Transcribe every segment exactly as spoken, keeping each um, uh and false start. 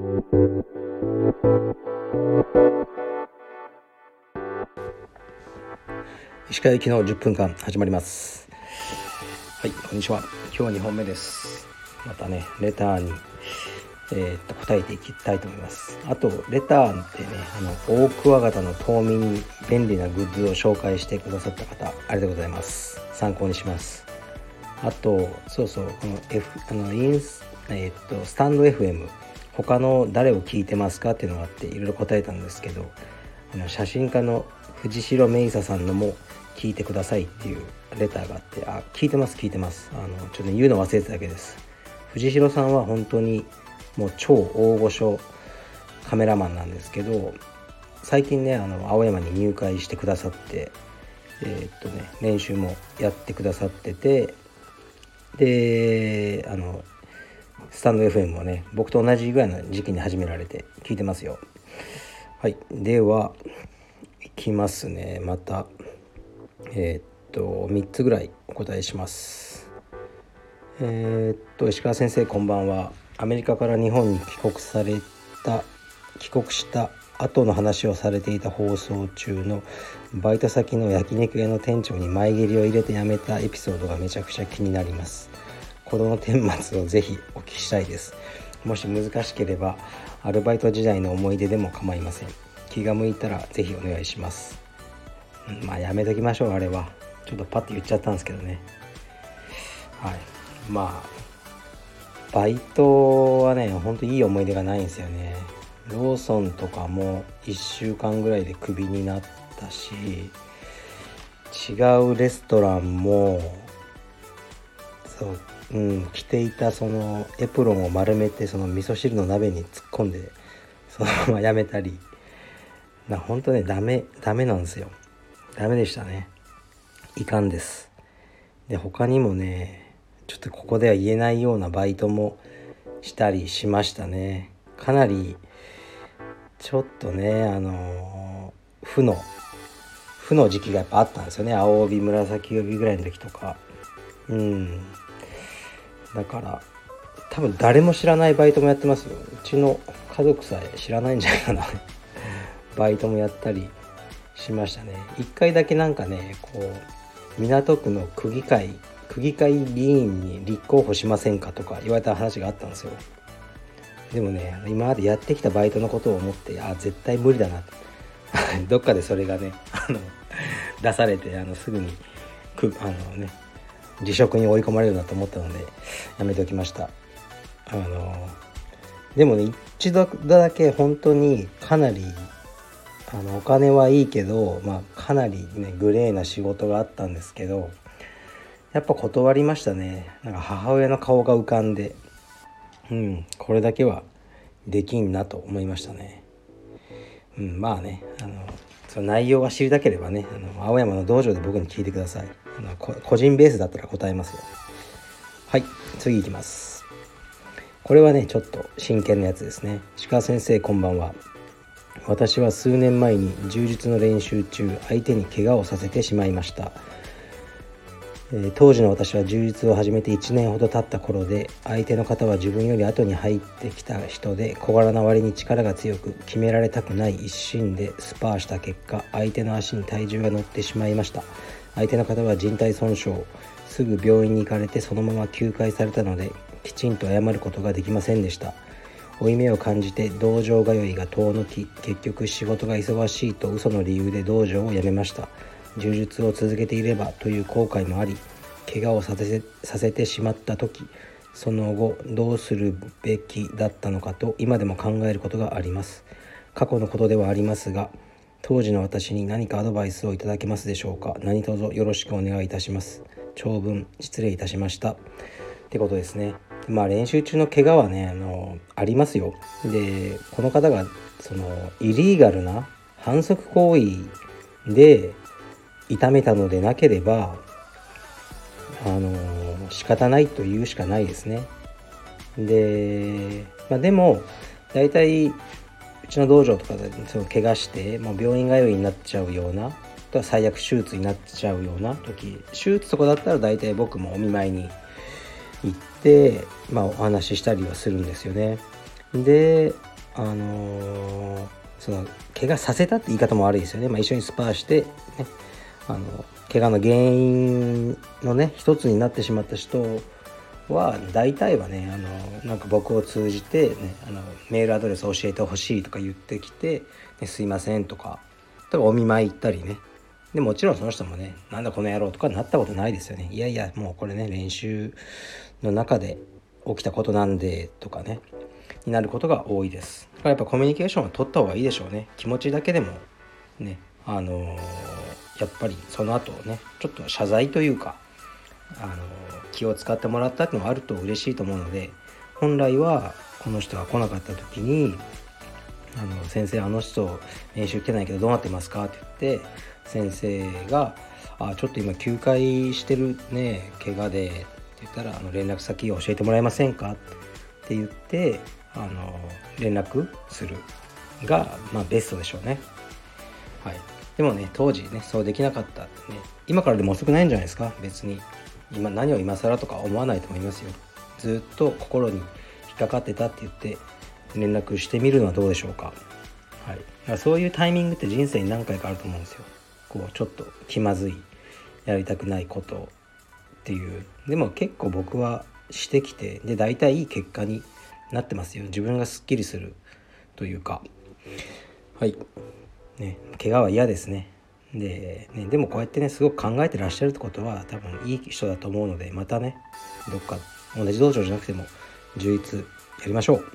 石川行きのじゅっぷんかん始まります。はい、こんにちは。今日はにほんめです。またねレターに、えー、っと答えていきたいと思います。あとレターってね、あの大クワガタの冬眠に便利なグッズを紹介してくださった方、ありがとうございます。参考にします。あとそうそうこの F あのインスえー、っとスタンド エフエム、他の誰を聞いてますかっていうのがあっていろいろ答えたんですけど、あの写真家の藤代メイサさんのも聞いてくださいっていうレターがあって、あ、聞いてます聞いてますあのちょっと、ね、言うの忘れてただけです。藤代さんは本当にもう超大御所カメラマンなんですけど、最近ねあの青山に入会してくださって、えー、っとね練習もやってくださってて、であのスタンド エフエム をね僕と同じぐらいの時期に始められて聞いてますよ。はい、ではいきますね。またえー、っとみっつぐらいお答えします。えー、っと石川先生こんばんは。アメリカから日本に帰国された帰国した後の話をされていた放送中のバイト先の焼肉屋の店長に前蹴りを入れて辞めたエピソードがめちゃくちゃ気になります。この顛末をぜひお聞きしたいです。もし難しければアルバイト時代の思い出でも構いません。気が向いたらぜひお願いします。まあやめときましょう。あれはちょっとパッと言っちゃったんですけどね。はい、まあバイトはねほんといい思い出がないんですよね。ローソンとかもいっしゅうかんぐらいでクビになったし、違うレストランもそう、うん、着ていたそのエプロンを丸めてその味噌汁の鍋に突っ込んでそのままやめたり、な本当ねダメダメなんですよ。ダメでしたね。いかんです。で他にもねちょっとここでは言えないようなバイトもしたりしましたね。かなりちょっとねあの負の負の時期がやっぱあったんですよね。青帯紫帯ぐらいの時とか、うんだから多分誰も知らないバイトもやってますよ。うちの家族さえ知らないんじゃないかなバイトもやったりしましたね。一回だけなんかねこう港区の区議会区議会議員に立候補しませんかとか言われた話があったんですよ。でもね今までやってきたバイトのことを思って、あ絶対無理だなどっかでそれがねあの出されてあのすぐにくあのね辞職に追い込まれるなと思ったのでやめておきました。あのでもね一度だけ本当にかなりあのお金はいいけど、まあ、かなりねグレーな仕事があったんですけど、やっぱ断りましたね。なんか母親の顔が浮かんで、うんこれだけはできんなと思いましたね。うん、まあねあのその内容が知りたければねあの青山の道場で僕に聞いてください。あの個人ベースだったら答えますよ。はい、次いきます。これはねちょっと真剣なやつですね。石川先生こんばんは。私は数年前に柔術の練習中相手に怪我をさせてしまいました。えー、当時の私は柔術を始めていちねんほど経った頃で、相手の方は自分より後に入ってきた人で小柄な割に力が強く決められたくない一心でスパーした結果、相手の足に体重が乗ってしまいました。相手の方は靭帯損傷、すぐ病院に行かれてそのまま休会されたのできちんと謝ることができませんでした。負い目を感じて道場通いが遠のき、結局仕事が忙しいと嘘の理由で道場を辞めました。柔術を続けていればという後悔もあり、怪我をさせ、させてしまった時、その後どうするべきだったのかと今でも考えることがあります。過去のことではありますが、当時の私に何かアドバイスをいただけますでしょうか。何卒よろしくお願いいたします。長文失礼いたしましたってことですね。まあ練習中の怪我はね あのありますよ。でこの方がそのイリーガルな反則行為で痛めたのでなければあの仕方ないと言うしかないですね。で、まあ、でもだいたいうちの道場とかでその怪我してもう病院通いになっちゃうような、とは最悪手術になっちゃうような時、手術とかだったらだいたい僕もお見舞いに行って、まあ、お話ししたりはするんですよね。であのー、その怪我させたって言い方も悪いですよね。まあ、一緒にスパーして、ね、あの怪我の原因のね一つになってしまった人は大体はね、あのなんか僕を通じて、ね、あのメールアドレス教えてほしいとか言ってきて、ね、すいませんとか、とかお見舞い行ったりね。でもちろんその人もね、なんだこの野郎とかなったことないですよね。いやいや、もうこれね、練習の中で起きたことなんでとかね、になることが多いです。だからやっぱコミュニケーションは取った方がいいでしょうね。気持ちだけでもね、あのー、やっぱりその後ね、ちょっと謝罪というか、あのー、気を使ってもらったっていうのがあると嬉しいと思うので、本来はこの人が来なかった時に、あの先生あの人練習来てないけどどうなってますかって言って、先生があちょっと今休会してるね怪我でって言ったら、あの連絡先を教えてもらえませんかって言ってあの連絡するが、まあ、ベストでしょうね。はい、でもね当時ねそうできなかったね、今からでも遅くないんじゃないですか。別に今何を今更とか思わないと思いますよ。ずっと心に引っかかってたって言って連絡してみるのはどうでしょうか。はい、だからそういうタイミングって人生に何回かあると思うんですよ。こうちょっと気まずい、やりたくないことっていう。でも結構僕はしてきて、で大体いい結果になってますよ。自分がすっきりするというか。はいね、怪我は嫌ですね。でね、でもこうやってねすごく考えてらっしゃるってことは多分いい人だと思うので、またねどっか同じ道場じゃなくても充実やりましょう。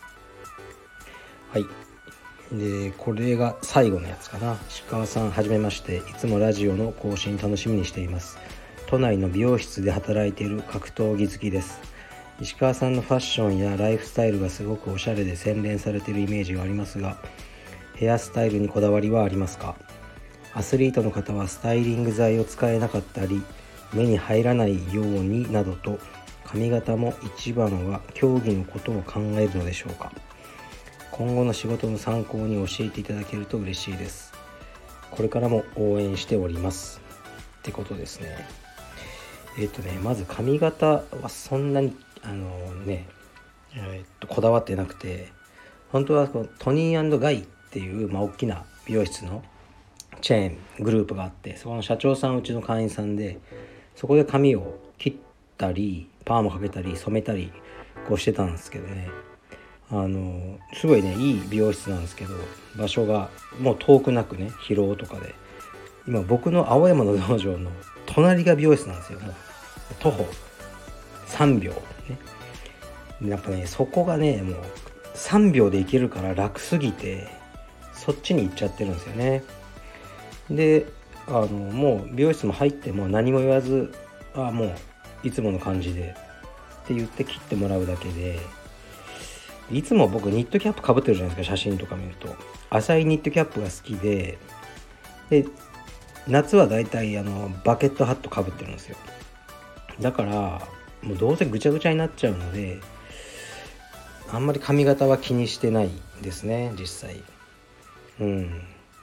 はい、でこれが最後のやつかな。石川さんはじめまして、いつもラジオの更新楽しみにしています。都内の美容室で働いている格闘技好きです。石川さんのファッションやライフスタイルがすごくおしゃれで洗練されているイメージがありますが、ヘアスタイルにこだわりはありますか？アスリートの方はスタイリング剤を使えなかったり目に入らないようになどと、髪型も一番は競技のことを考えるのでしょうか？今後の仕事の参考に教えていただけると嬉しいです。これからも応援しておりますってことですね。えっとねまず髪型はそんなにあのねえっとこだわってなくて、本当はこのトニー&ガイっていう、まあ、大きな美容室のチェーングループがあって、そこの社長さんうちの会員さんで、そこで髪を切ったりパーマかけたり染めたりこうしてたんですけどね、あのすごいねいい美容室なんですけど、場所がもう遠くなくね広尾とかで、今僕の青山の道場の隣が美容室なんですよ。もう徒歩さんびょうね。やっぱねそこがねもうさんびょうで行けるから楽すぎて、そっちに行っちゃってるんですよね。であのもう美容室も入っても何も言わず、あもういつもの感じでって言って切ってもらうだけで、いつも僕ニットキャップかぶってるじゃないですか。写真とか見ると浅いニットキャップが好きで、で夏はだいたいあのバケットハットかぶってるんですよ。だからもうどうせぐちゃぐちゃになっちゃうので、あんまり髪型は気にしてないですね実際。うん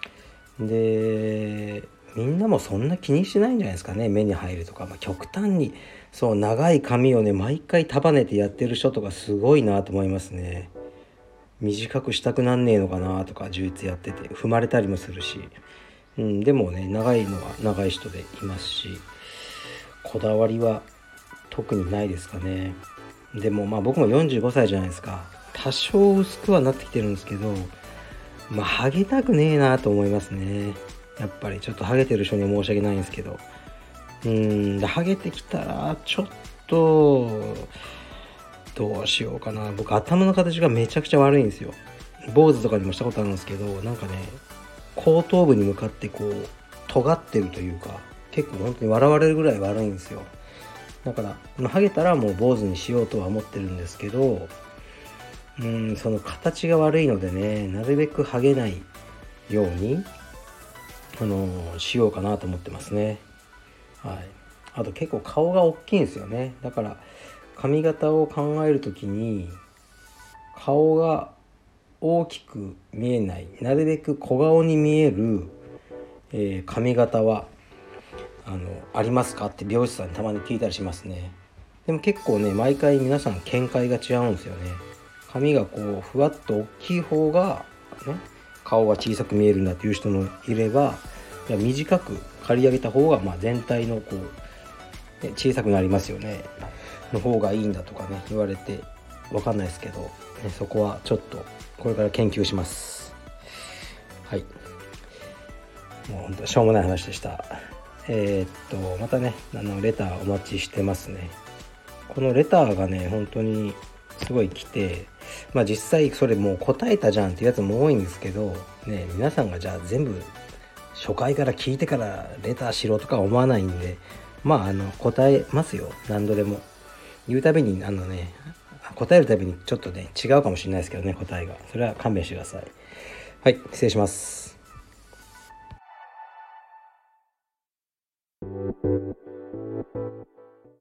でみんなもそんな気にしてないんじゃないですかね。目に入るとか、まあ、極端にそう長い髪をね毎回束ねてやってる人とかすごいなと思いますね。短くしたくなんねえのかなとか、充実やってて踏まれたりもするし、うん、でもね長いのは長い人でいますし、こだわりは特にないですかね。でもまあ僕もよんじゅうごさいじゃないですか。多少薄くはなってきてるんですけど、まあハゲたくねえなと思いますね。やっぱりちょっとハゲてる人には申し訳ないんですけど、うーんでハゲてきたらちょっとどうしようかな。僕頭の形がめちゃくちゃ悪いんですよ。坊主とかにもしたことあるんですけど、なんかね後頭部に向かってこう尖ってるというか、結構本当に笑われるぐらい悪いんですよ。だから、まあ、ハゲたらもう坊主にしようとは思ってるんですけど、うーんその形が悪いのでね、なるべくハゲないようにあのー、しようかなと思ってますね。はい。あと結構顔が大きいんですよね。だから髪型を考えるときに顔が大きく見えない、なるべく小顔に見える、えー、髪型はあのありますかって美容師さんにたまに聞いたりしますね。でも結構ね毎回皆さん見解が違うんですよね。 髪がこうふわっと大きい方がね顔が小さく見えるんだっていう人もいれば、いや短く刈り上げた方がまあ全体のこう、ね、小さくなりますよねの方がいいんだとかね言われて、わかんないですけど、ね、そこはちょっとこれから研究します。はい、もう本当しょうもない話でした。えー、っとまたねあのレターお待ちしてますね。このレターがね本当にすごい来て、まあ実際それもう答えたじゃんっていうやつも多いんですけどね、皆さんがじゃあ全部初回から聞いてからレターしろとか思わないんで、まああの答えますよ。何度でも言うたびにあのね答えるたびにちょっとね違うかもしれないですけどね、答えがそれは勘弁してください。はい、失礼します。